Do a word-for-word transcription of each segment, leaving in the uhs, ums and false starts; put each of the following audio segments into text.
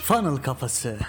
Funnel Kafası.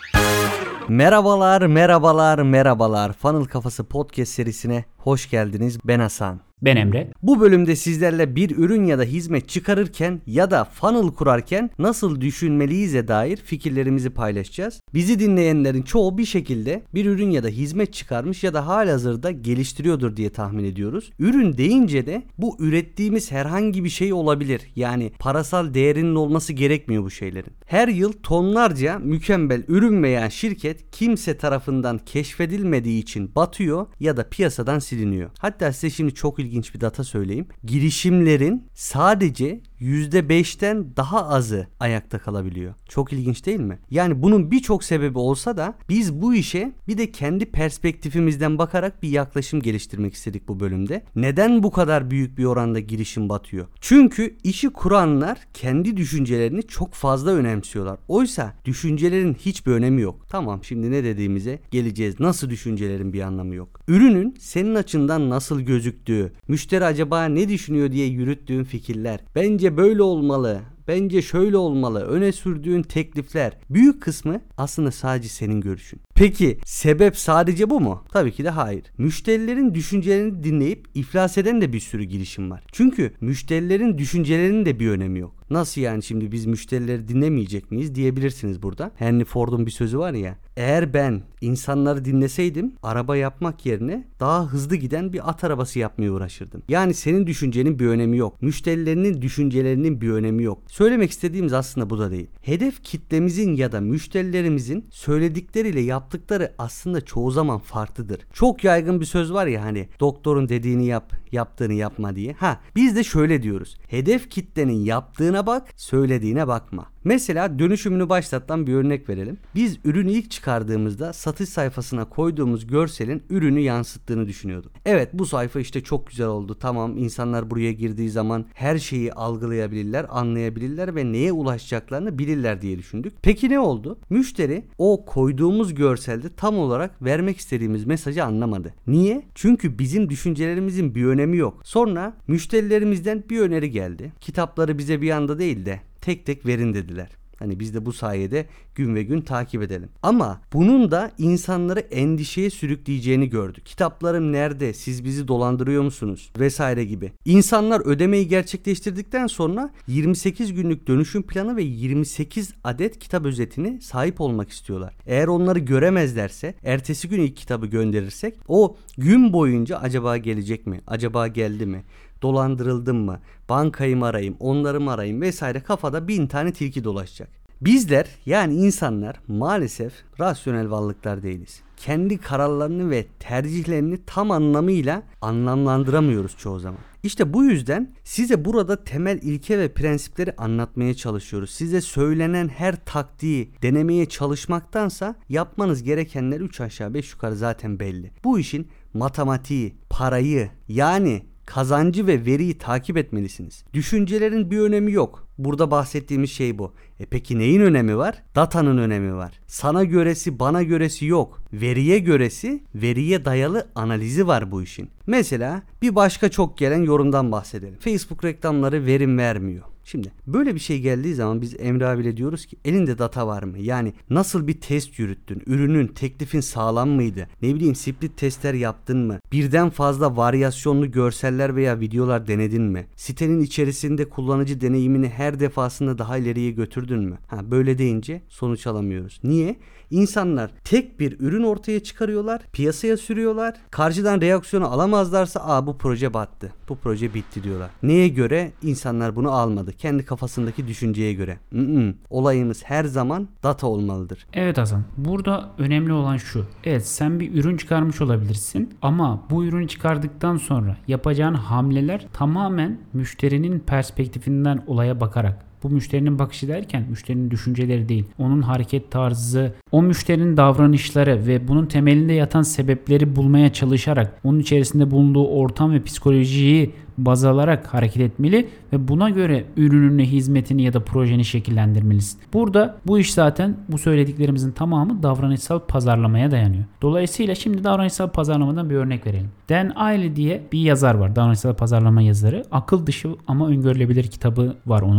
Merhabalar, merhabalar, merhabalar. Funnel Kafası podcast serisine hoş geldiniz. Ben Hasan. Ben Emre. Bu bölümde sizlerle bir ürün ya da hizmet çıkarırken ya da funnel kurarken nasıl düşünmeliyiz'e dair fikirlerimizi paylaşacağız. Bizi dinleyenlerin çoğu bir şekilde bir ürün ya da hizmet çıkarmış ya da halihazırda geliştiriyordur diye tahmin ediyoruz. Ürün deyince de bu ürettiğimiz herhangi bir şey olabilir. Yani parasal değerinin olması gerekmiyor bu şeylerin. Her yıl tonlarca mükemmel ürün veya şirket kimse tarafından keşfedilmediği için batıyor ya da piyasadan siliniyor. Hatta size şimdi çok ilginç bir data söyleyeyim. Girişimlerin sadece yüzde beşten daha azı ayakta kalabiliyor. Çok ilginç değil mi? Yani bunun birçok sebebi olsa da biz bu işe bir de kendi perspektifimizden bakarak bir yaklaşım geliştirmek istedik bu bölümde. Neden bu kadar büyük bir oranda girişim batıyor? Çünkü işi kuranlar kendi düşüncelerini çok fazla önemsiyorlar. Oysa düşüncelerin hiçbir önemi yok. Tamam, şimdi ne dediğimize geleceğiz. Nasıl düşüncelerin bir anlamı yok? Ürünün senin açından nasıl gözüktüğü, müşteri acaba ne düşünüyor diye yürüttüğün fikirler, bence böyle olmalı, bence şöyle olmalı, öne sürdüğün teklifler, büyük kısmı aslında sadece senin görüşün. Peki sebep sadece bu mu? Tabii ki de hayır. Müşterilerin düşüncelerini dinleyip iflas eden de bir sürü girişim var. Çünkü müşterilerin düşüncelerinin de bir önemi yok. Nasıl yani, şimdi biz müşterileri dinlemeyecek miyiz diyebilirsiniz burada. Henry Ford'un bir sözü var ya. Eğer ben insanları dinleseydim araba yapmak yerine daha hızlı giden bir at arabası yapmaya uğraşırdım. Yani senin düşüncenin bir önemi yok. Müşterilerinin düşüncelerinin bir önemi yok. Söylemek istediğimiz aslında bu da değil. Hedef kitlemizin ya da müşterilerimizin söyledikleriyle yaptıkları aslında çoğu zaman farklıdır. Çok yaygın bir söz var ya, hani doktorun dediğini yap, yaptığını yapma diye. Ha, biz de şöyle diyoruz. Hedef kitlenin yaptığına bak, söylediğine bakma. Mesela dönüşümünü başlatan bir örnek verelim. Biz ürünü ilk çıkardığımızda satış sayfasına koyduğumuz görselin ürünü yansıttığını düşünüyorduk. Evet, bu sayfa işte çok güzel oldu. Tamam, insanlar buraya girdiği zaman her şeyi algılayabilirler, anlayabilirler ve neye ulaşacaklarını bilirler diye düşündük. Peki ne oldu? Müşteri o koyduğumuz görselde tam olarak vermek istediğimiz mesajı anlamadı. Niye? Çünkü bizim düşüncelerimizin bir önemi yok. Sonra müşterilerimizden bir öneri geldi. Kitapları bize bir anda değil de tek tek verin dediler. Hani biz de bu sayede gün ve gün takip edelim. Ama bunun da insanları endişeye sürükleyeceğini gördük. Kitaplarım nerede? Siz bizi dolandırıyor musunuz? Vesaire gibi. İnsanlar ödemeyi gerçekleştirdikten sonra yirmi sekiz günlük dönüşüm planı ve yirmi sekiz adet kitap özetini sahip olmak istiyorlar. Eğer onları göremezlerse, ertesi gün ilk kitabı gönderirsek o gün boyunca acaba gelecek mi? Acaba geldi mi? Dolandırıldım mı? Bankayı mı arayayım? Onları mı arayayım? Vesaire, kafada bin tane tilki dolaşacak. Bizler, yani insanlar, maalesef rasyonel varlıklar değiliz. Kendi kararlarını ve tercihlerini tam anlamıyla anlamlandıramıyoruz çoğu zaman. İşte bu yüzden size burada temel ilke ve prensipleri anlatmaya çalışıyoruz. Size söylenen her taktiği denemeye çalışmaktansa yapmanız gerekenler üç aşağı beş yukarı zaten belli. Bu işin matematiği, parayı, yani kazancı ve veriyi takip etmelisiniz. Düşüncelerin bir önemi yok. Burada bahsettiğimiz şey bu. E peki neyin önemi var? Datanın önemi var. Sana göresi, bana göresi yok. Veriye göresi, veriye dayalı analizi var bu işin. Mesela bir başka çok gelen yorumdan bahsedelim. Facebook reklamları verim vermiyor. Şimdi böyle bir şey geldiği zaman biz Emre abiyle diyoruz ki elinde data var mı? Yani nasıl bir test yürüttün? Ürünün, teklifin sağlam mıydı? Ne bileyim, split testler yaptın mı? Birden fazla varyasyonlu görseller veya videolar denedin mi? Sitenin içerisinde kullanıcı deneyimini her defasında daha ileriye götürdün mü? Ha, böyle deyince sonuç alamıyoruz. Niye? İnsanlar tek bir ürün ortaya çıkarıyorlar, piyasaya sürüyorlar. Karşıdan reaksiyonu alamazlarsa aa bu proje battı, bu proje bitti diyorlar. Neye göre? İnsanlar bunu almadı. Kendi kafasındaki düşünceye göre. Mm-mm. Olayımız her zaman data olmalıdır. Evet Hasan, burada önemli olan şu. Evet, sen bir ürün çıkarmış olabilirsin ama bu ürünü çıkardıktan sonra yapacağın hamleler tamamen müşterinin perspektifinden olaya bakarak. Bu müşterinin bakışı derken müşterinin düşünceleri değil, onun hareket tarzı, o müşterinin davranışları ve bunun temelinde yatan sebepleri bulmaya çalışarak onun içerisinde bulunduğu ortam ve psikolojiyi baz alarak hareket etmeli ve buna göre ürününü, hizmetini ya da projeni şekillendirmelisin. Burada bu iş zaten bu söylediklerimizin tamamı davranışsal pazarlamaya dayanıyor. Dolayısıyla şimdi davranışsal pazarlamadan bir örnek verelim. Dan Ariely diye bir yazar var. Davranışsal pazarlama yazarı. Akıl dışı ama öngörülebilir kitabı var onun. Eğer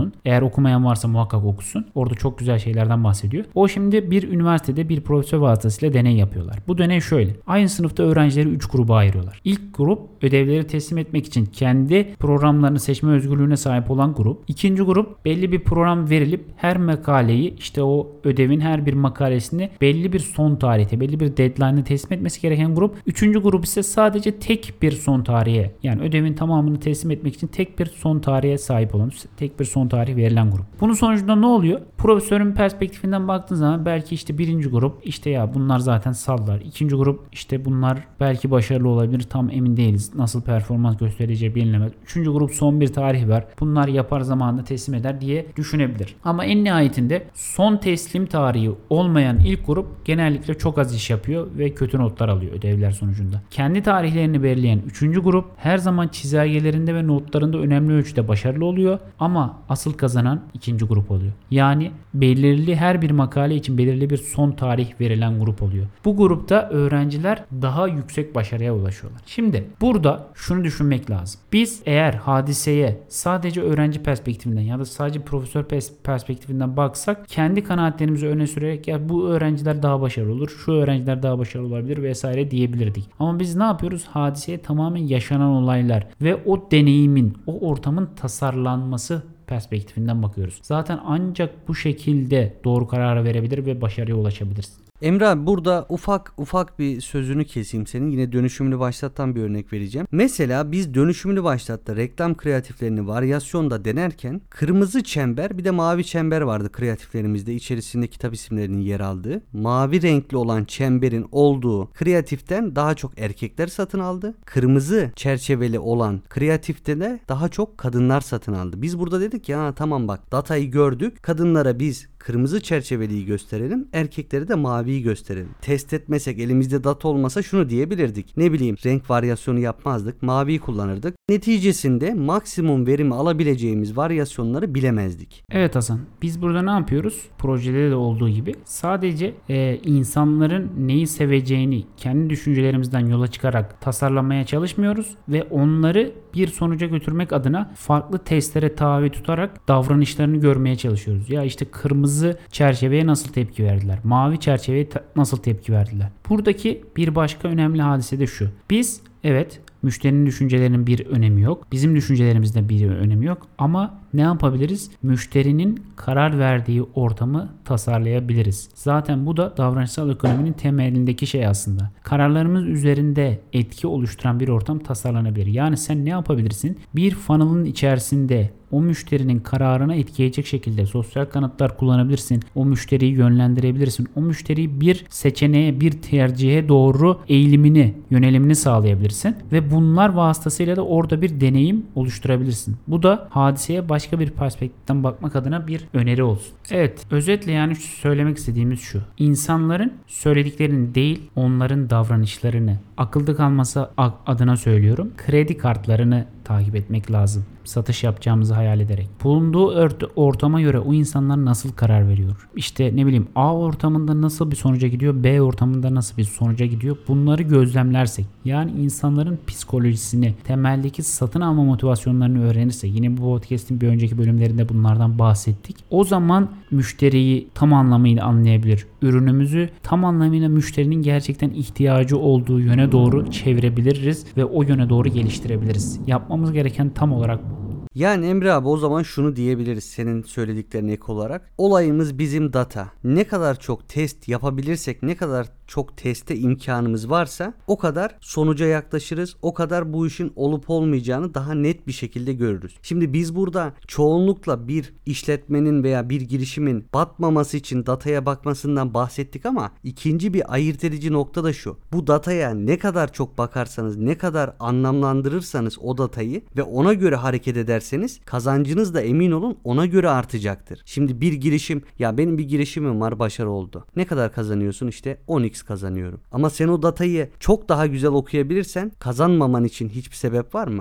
okumayan varsa muhakkak okusun. Orada çok güzel şeylerden bahsediyor. O şimdi bir üniversitede bir profesör vasıtasıyla deney yapıyorlar. Bu deney şöyle. Aynı sınıfta öğrencileri üç gruba ayırıyorlar. İlk grup ödevleri teslim etmek için kendi programlarını seçme özgürlüğüne sahip olan grup. İkinci grup belli bir program verilip her makaleyi işte o ödevin her bir makalesini belli bir son tarihte, belli bir deadline'ı teslim etmesi gereken grup. Üçüncü grup ise sadece tek bir son tarihe, yani ödevin tamamını teslim etmek için tek bir son tarihe sahip olan, tek bir son tarih verilen grup. Bunun sonucunda ne oluyor? Profesörün perspektifinden baktığın zaman belki işte birinci grup işte ya bunlar zaten sallar. İkinci grup işte bunlar belki başarılı olabilir, tam emin değiliz. Nasıl performans göstereceği bilinemez. Üçüncü grup son bir tarih var. Bunlar yapar zamanında teslim eder diye düşünebilir. Ama en nihayetinde son teslim tarihi olmayan ilk grup genellikle çok az iş yapıyor ve kötü notlar alıyor ödevler sonucunda. Kendi tarihlerini belirleyen üçüncü grup her zaman çizelgelerinde ve notlarında önemli ölçüde başarılı oluyor ama asıl kazanan ikinci grup oluyor. Yani belirli her bir makale için belirli bir son tarih verilen grup oluyor. Bu grupta öğrenciler daha yüksek başarıya ulaşıyorlar. Şimdi burada şunu düşünmek lazım. Biz eğer hadiseye sadece öğrenci perspektifinden ya da sadece profesör perspektifinden baksak kendi kanaatlerimizi öne sürerek ya bu öğrenciler daha başarılı olur, şu öğrenciler daha başarılı olabilir vesaire diyebilirdik. Ama biz ne yapıyoruz? Hadiseye tamamen yaşanan olaylar ve o deneyimin, o ortamın tasarlanması perspektifinden bakıyoruz. Zaten ancak bu şekilde doğru kararı verebilir ve başarıya ulaşabilirsin. Emre abi burada ufak ufak bir sözünü keseyim senin. Yine dönüşümlü başlattan bir örnek vereceğim. Mesela biz dönüşümlü başlatta reklam kreatiflerini varyasyonda denerken kırmızı çember bir de mavi çember vardı kreatiflerimizde, içerisinde kitap isimlerinin yer aldığı. Mavi renkli olan çemberin olduğu kreatiften daha çok erkekler satın aldı. Kırmızı çerçeveli olan kreatifte de daha çok kadınlar satın aldı. Biz burada dedik ya tamam bak datayı gördük. Kadınlara biz kırmızı çerçeveliyi gösterelim, erkeklere de maviyi gösterelim. Test etmesek, elimizde data olmasa şunu diyebilirdik. Ne bileyim, renk varyasyonu yapmazdık, maviyi kullanırdık. Neticesinde maksimum verimi alabileceğimiz varyasyonları bilemezdik. Evet Hasan, biz burada ne yapıyoruz? Projede de olduğu gibi sadece e, insanların neyi seveceğini kendi düşüncelerimizden yola çıkarak tasarlamaya çalışmıyoruz ve onları bir sonuca götürmek adına farklı testlere tabi tutarak davranışlarını görmeye çalışıyoruz. Ya işte kırmızı çerçeveye nasıl tepki verdiler? Mavi çerçeveye ta- nasıl tepki verdiler? Buradaki bir başka önemli hadise de şu. Biz evet müşterinin düşüncelerinin bir önemi yok. Bizim düşüncelerimizde bir önemi yok. Ama ne yapabiliriz? Müşterinin karar verdiği ortamı tasarlayabiliriz. Zaten bu da davranışsal ekonominin temelindeki şey aslında. Kararlarımız üzerinde etki oluşturan bir ortam tasarlanabilir. Yani sen ne yapabilirsin? Bir funnel'ın içerisinde o müşterinin kararına etkileyecek şekilde sosyal kanıtlar kullanabilirsin. O müşteriyi yönlendirebilirsin. O müşteriyi bir seçeneğe, bir tercihe doğru eğilimini, yönelimini sağlayabilirsin. Ve bunlar vasıtasıyla da orada bir deneyim oluşturabilirsin. Bu da hadiseye başka bir perspektiften bakmak adına bir öneri olsun. Evet, özetle yani söylemek istediğimiz şu. İnsanların söylediklerini değil, onların davranışlarını, akılda kalması adına söylüyorum, kredi kartlarını takip etmek lazım. Satış yapacağımızı hayal ederek. Bulunduğu ortama göre o insanlar nasıl karar veriyor? İşte ne bileyim A ortamında nasıl bir sonuca gidiyor, B ortamında nasıl bir sonuca gidiyor? Bunları gözlemlersek, yani insanların psikolojisini, temeldeki satın alma motivasyonlarını öğrenirsek, yine bu podcast'in bir önceki bölümlerinde bunlardan bahsettik. O zaman müşteriyi tam anlamıyla anlayabilir. Ürünümüzü tam anlamıyla müşterinin gerçekten ihtiyacı olduğu yöne doğru çevirebiliriz ve o yöne doğru geliştirebiliriz. Yapmamız gereken tam olarak bu. Yani Emre abi o zaman şunu diyebiliriz senin söylediklerine ek olarak. Olayımız bizim data. Ne kadar çok test yapabilirsek, ne kadar çok teste imkanımız varsa o kadar sonuca yaklaşırız. O kadar bu işin olup olmayacağını daha net bir şekilde görürüz. Şimdi biz burada çoğunlukla bir işletmenin veya bir girişimin batmaması için dataya bakmasından bahsettik ama ikinci bir ayırt edici nokta da şu. Bu dataya ne kadar çok bakarsanız, ne kadar anlamlandırırsanız o datayı ve ona göre hareket ederseniz kazancınız da emin olun ona göre artacaktır. Şimdi bir girişim, ya benim bir girişimim var, başarı oldu. Ne kadar kazanıyorsun? İşte on x kazanıyorum. Ama sen o datayı çok daha güzel okuyabilirsen kazanmaman için hiçbir sebep var mı? Yok.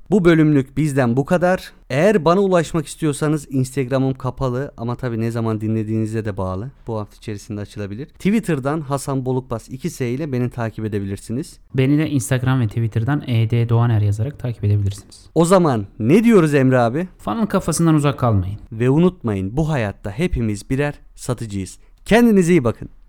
Bu bölümlük bizden bu kadar. Eğer bana ulaşmak istiyorsanız Instagram'ım kapalı ama tabii ne zaman dinlediğinize de bağlı. Bu hafta içerisinde açılabilir. Twitter'dan Hasan Bolukbaz iki S ile beni takip edebilirsiniz. Beni de Instagram ve Twitter'dan E D Doğaner yazarak takip edebilirsiniz. O zaman ne diyoruz Emre abi? Funnel kafasından uzak kalmayın. Ve unutmayın, bu hayatta hepimiz birer satıcıyız. Kendinize iyi bakın.